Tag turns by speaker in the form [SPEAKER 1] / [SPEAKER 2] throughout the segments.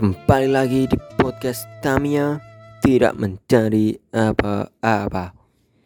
[SPEAKER 1] Kembali lagi di podcast Tamiya tidak menjadi apa-apa.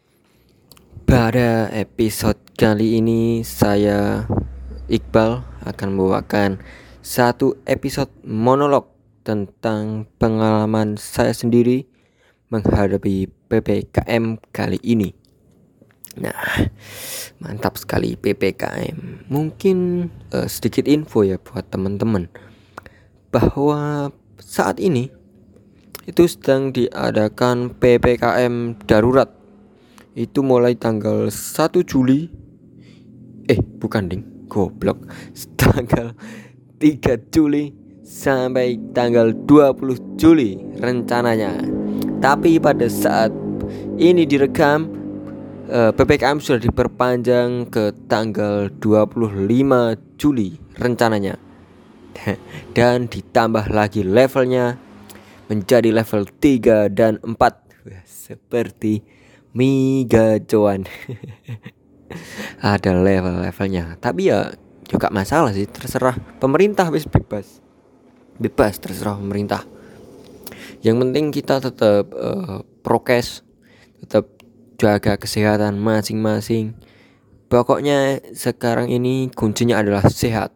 [SPEAKER 1] Pada episode kali ini saya Iqbal akan membawakan satu episode monolog tentang pengalaman saya sendiri menghadapi PPKM kali ini. Nah, mantap sekali PPKM. Mungkin sedikit info ya buat teman-teman bahwa saat ini itu sedang diadakan PPKM darurat. Itu mulai tanggal 1 Juli bukan ding, goblok. Tanggal 3 Juli sampai tanggal 20 Juli rencananya. Tapi pada saat ini direkam, PPKM sudah diperpanjang ke tanggal 25 Juli rencananya. Dan ditambah lagi levelnya menjadi level 3 dan 4 seperti migacuan. Ada level-levelnya. Tapi ya juga masalah sih, terserah pemerintah, bebas terserah pemerintah. Yang penting kita tetap prokes, tetap jaga kesehatan masing-masing. Pokoknya sekarang ini kuncinya adalah sehat.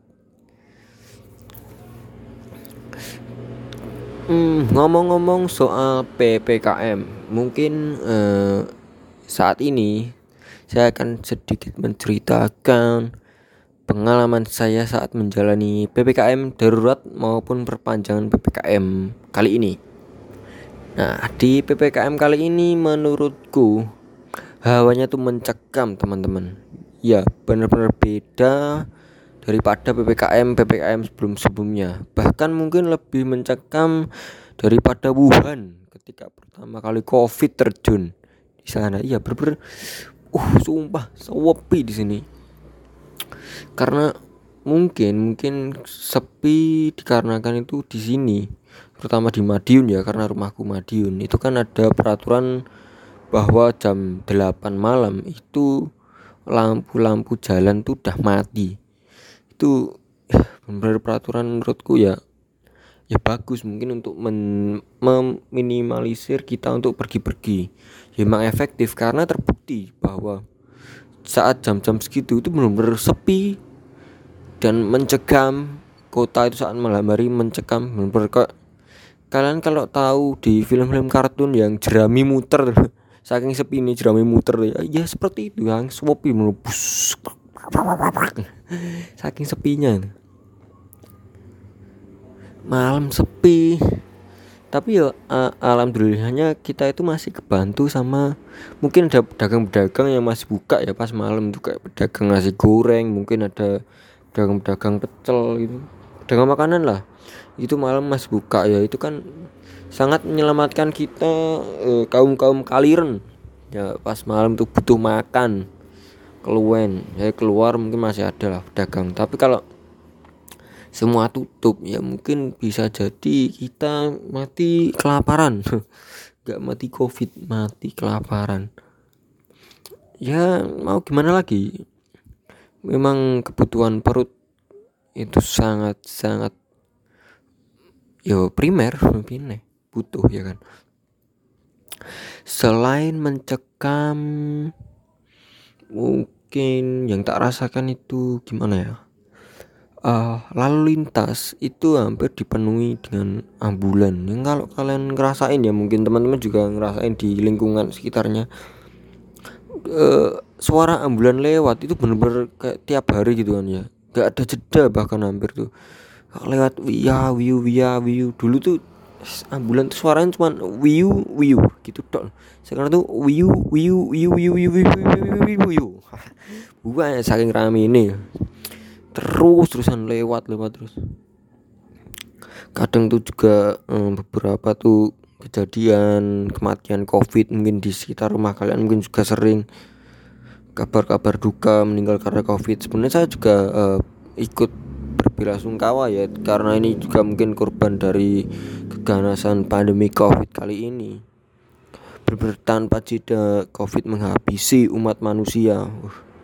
[SPEAKER 1] Ngomong-ngomong soal PPKM, mungkin saat ini saya akan sedikit menceritakan pengalaman saya saat menjalani PPKM darurat maupun perpanjangan PPKM kali ini. Nah, di PPKM kali ini menurutku hawanya tuh mencekam, teman-teman. Ya, benar-benar beda daripada PPKM sebelumnya. Bahkan mungkin lebih mencekam daripada Wuhan ketika pertama kali Covid terjun di sana. Iya, bener-bener sumpah sepi di sini. Karena mungkin sepi dikarenakan itu di sini, terutama di Madiun ya, karena rumahku Madiun. Itu kan ada peraturan bahwa jam 8 malam itu lampu-lampu jalan tuh udah mati. Itu benar peraturan menurutku ya bagus, mungkin untuk meminimalisir kita untuk pergi-pergi. Ya memang efektif karena terbukti bahwa saat jam-jam segitu itu benar-benar sepi dan mencekam. Kota itu saat malam hari mencekam, benar-benar kalian kalau tahu di film-film kartun yang jerami muter saking sepi ini jerami muter ya seperti itu, yang sepi melebus saking sepinya. Malam sepi, tapi ya alhamdulillahnya kita itu masih kebantu sama mungkin ada pedagang-pedagang yang masih buka ya pas malam tuh, kayak pedagang nasi goreng, mungkin ada pedagang pecel gitu, pedagang makanan lah, itu malam masih buka ya. Itu kan sangat menyelamatkan kita kaum kaliren ya, pas malam tuh butuh makan keluar mungkin masih ada lah pedagang. Tapi kalau semua tutup ya mungkin bisa jadi kita mati kelaparan. Gak mati Covid, mati kelaparan. Ya mau gimana lagi, memang kebutuhan perut itu sangat primer, butuh ya kan. Selain mencekam, mungkin yang tak rasakan itu gimana ya, lalu lintas itu hampir dipenuhi dengan ambulan. Yang kalau kalian ngerasain ya, mungkin teman-teman juga ngerasain di lingkungan sekitarnya, suara ambulan lewat itu bener-bener kayak tiap hari gitu kan ya, gak ada jeda, bahkan hampir tuh lewat wiu. Dulu tuh ambulan tuh suaranya cuma wiu gitu tok. Sekarang tuh wiu. Bukan saking rame ini, terusan lewat terus. Kadang tuh juga beberapa tuh kejadian kematian Covid mungkin di sekitar rumah kalian mungkin juga sering kabar duka meninggal karena Covid. Sebenarnya saya juga ikut berbelasungkawa ya, karena ini juga mungkin korban dari keganasan pandemi Covid kali ini. Benar-benar tanpa jeda Covid menghabisi umat manusia.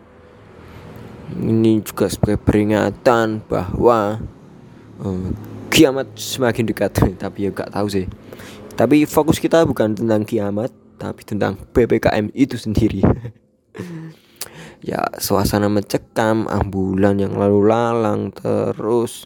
[SPEAKER 1] Ini juga sebagai peringatan bahwa kiamat semakin dekat. Tapi ya gak tahu sih. Tapi fokus kita bukan tentang kiamat, tapi tentang PPKM itu sendiri. Ya, suasana mencekam, ambulan yang lalu lalang, terus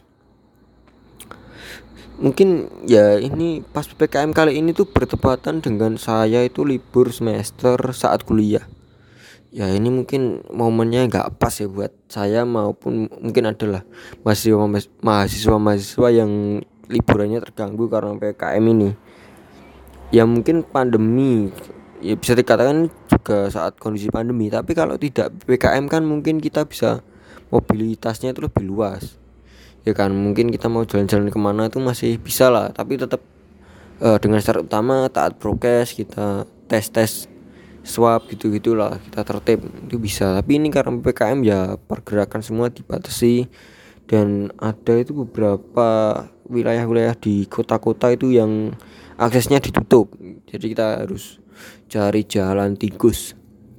[SPEAKER 1] mungkin ya ini pas PPKM kali ini tuh bertepatan dengan saya itu libur semester saat kuliah. Ya ini mungkin momennya nggak pas ya buat saya maupun mungkin adalah mahasiswa yang liburannya terganggu karena PPKM ini. Ya mungkin pandemi, ya bisa dikatakan juga saat kondisi pandemi. Tapi kalau tidak PPKM kan mungkin kita bisa mobilitasnya itu lebih luas. Ya kan mungkin kita mau jalan-jalan kemana itu masih bisa lah. Tapi tetap dengan syarat utama taat prokes, kita tes swab gitu-gitulah, kita tertib itu bisa. Tapi ini karena PPKM ya pergerakan semua dibatasi dan ada itu beberapa wilayah-wilayah di kota-kota itu yang aksesnya ditutup. Jadi kita harus cari jalan tikus.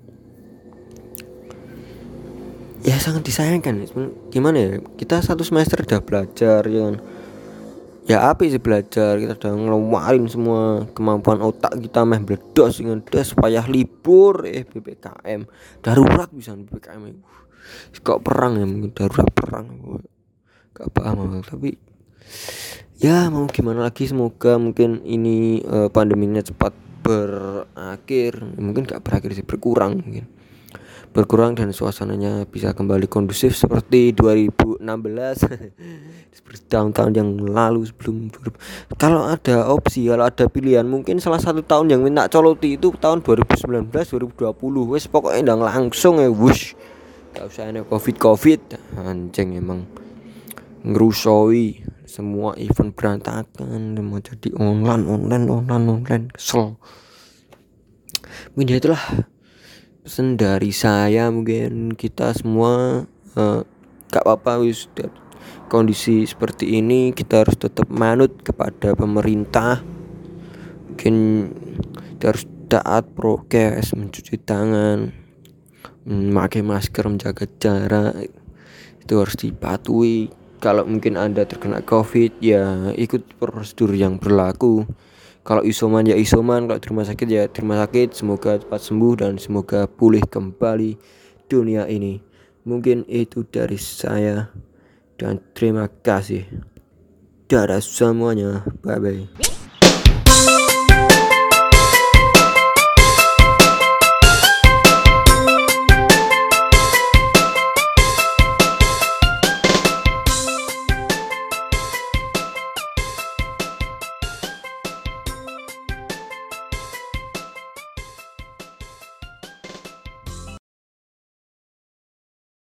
[SPEAKER 1] Ya sangat disayangkan. Gimana ya? Kita satu semester udah belajar ya kan. Ya apa sih belajar, kita udah ngeluarin semua kemampuan otak kita meh bledos dengan das supaya libur PPKM darurat bisa PPKM kok perang ya, mungkin darurat perang gak paham. Tapi ya mau gimana lagi, semoga mungkin ini pandeminya cepat berakhir. Mungkin gak berakhir sih, berkurang dan suasananya bisa kembali kondusif seperti 2016 seperti tahun-tahun yang lalu sebelum. Kalau ada opsi, kalau ada pilihan, mungkin salah satu tahun yang minta coloti itu tahun 2019 2020 wes pokoknya ndang langsung ya wush, gak usah ada covid anjing, emang ngerusoi semua event berantakan, mau jadi online kesel. Mungkin itulah pesan dari saya. Mungkin kita semua gak apa-apa wis kondisi seperti ini, kita harus tetap manut kepada pemerintah. Mungkin kita harus taat prokes, mencuci tangan, memakai masker, menjaga jarak, itu harus dipatuhi. Kalau mungkin Anda terkena COVID ya ikut prosedur yang berlaku. Kalau isoman ya isoman, kalau di rumah sakit ya di rumah sakit. Semoga cepat sembuh dan semoga pulih kembali dunia ini. Mungkin itu dari saya dan terima kasih. Dadah semuanya, bye bye.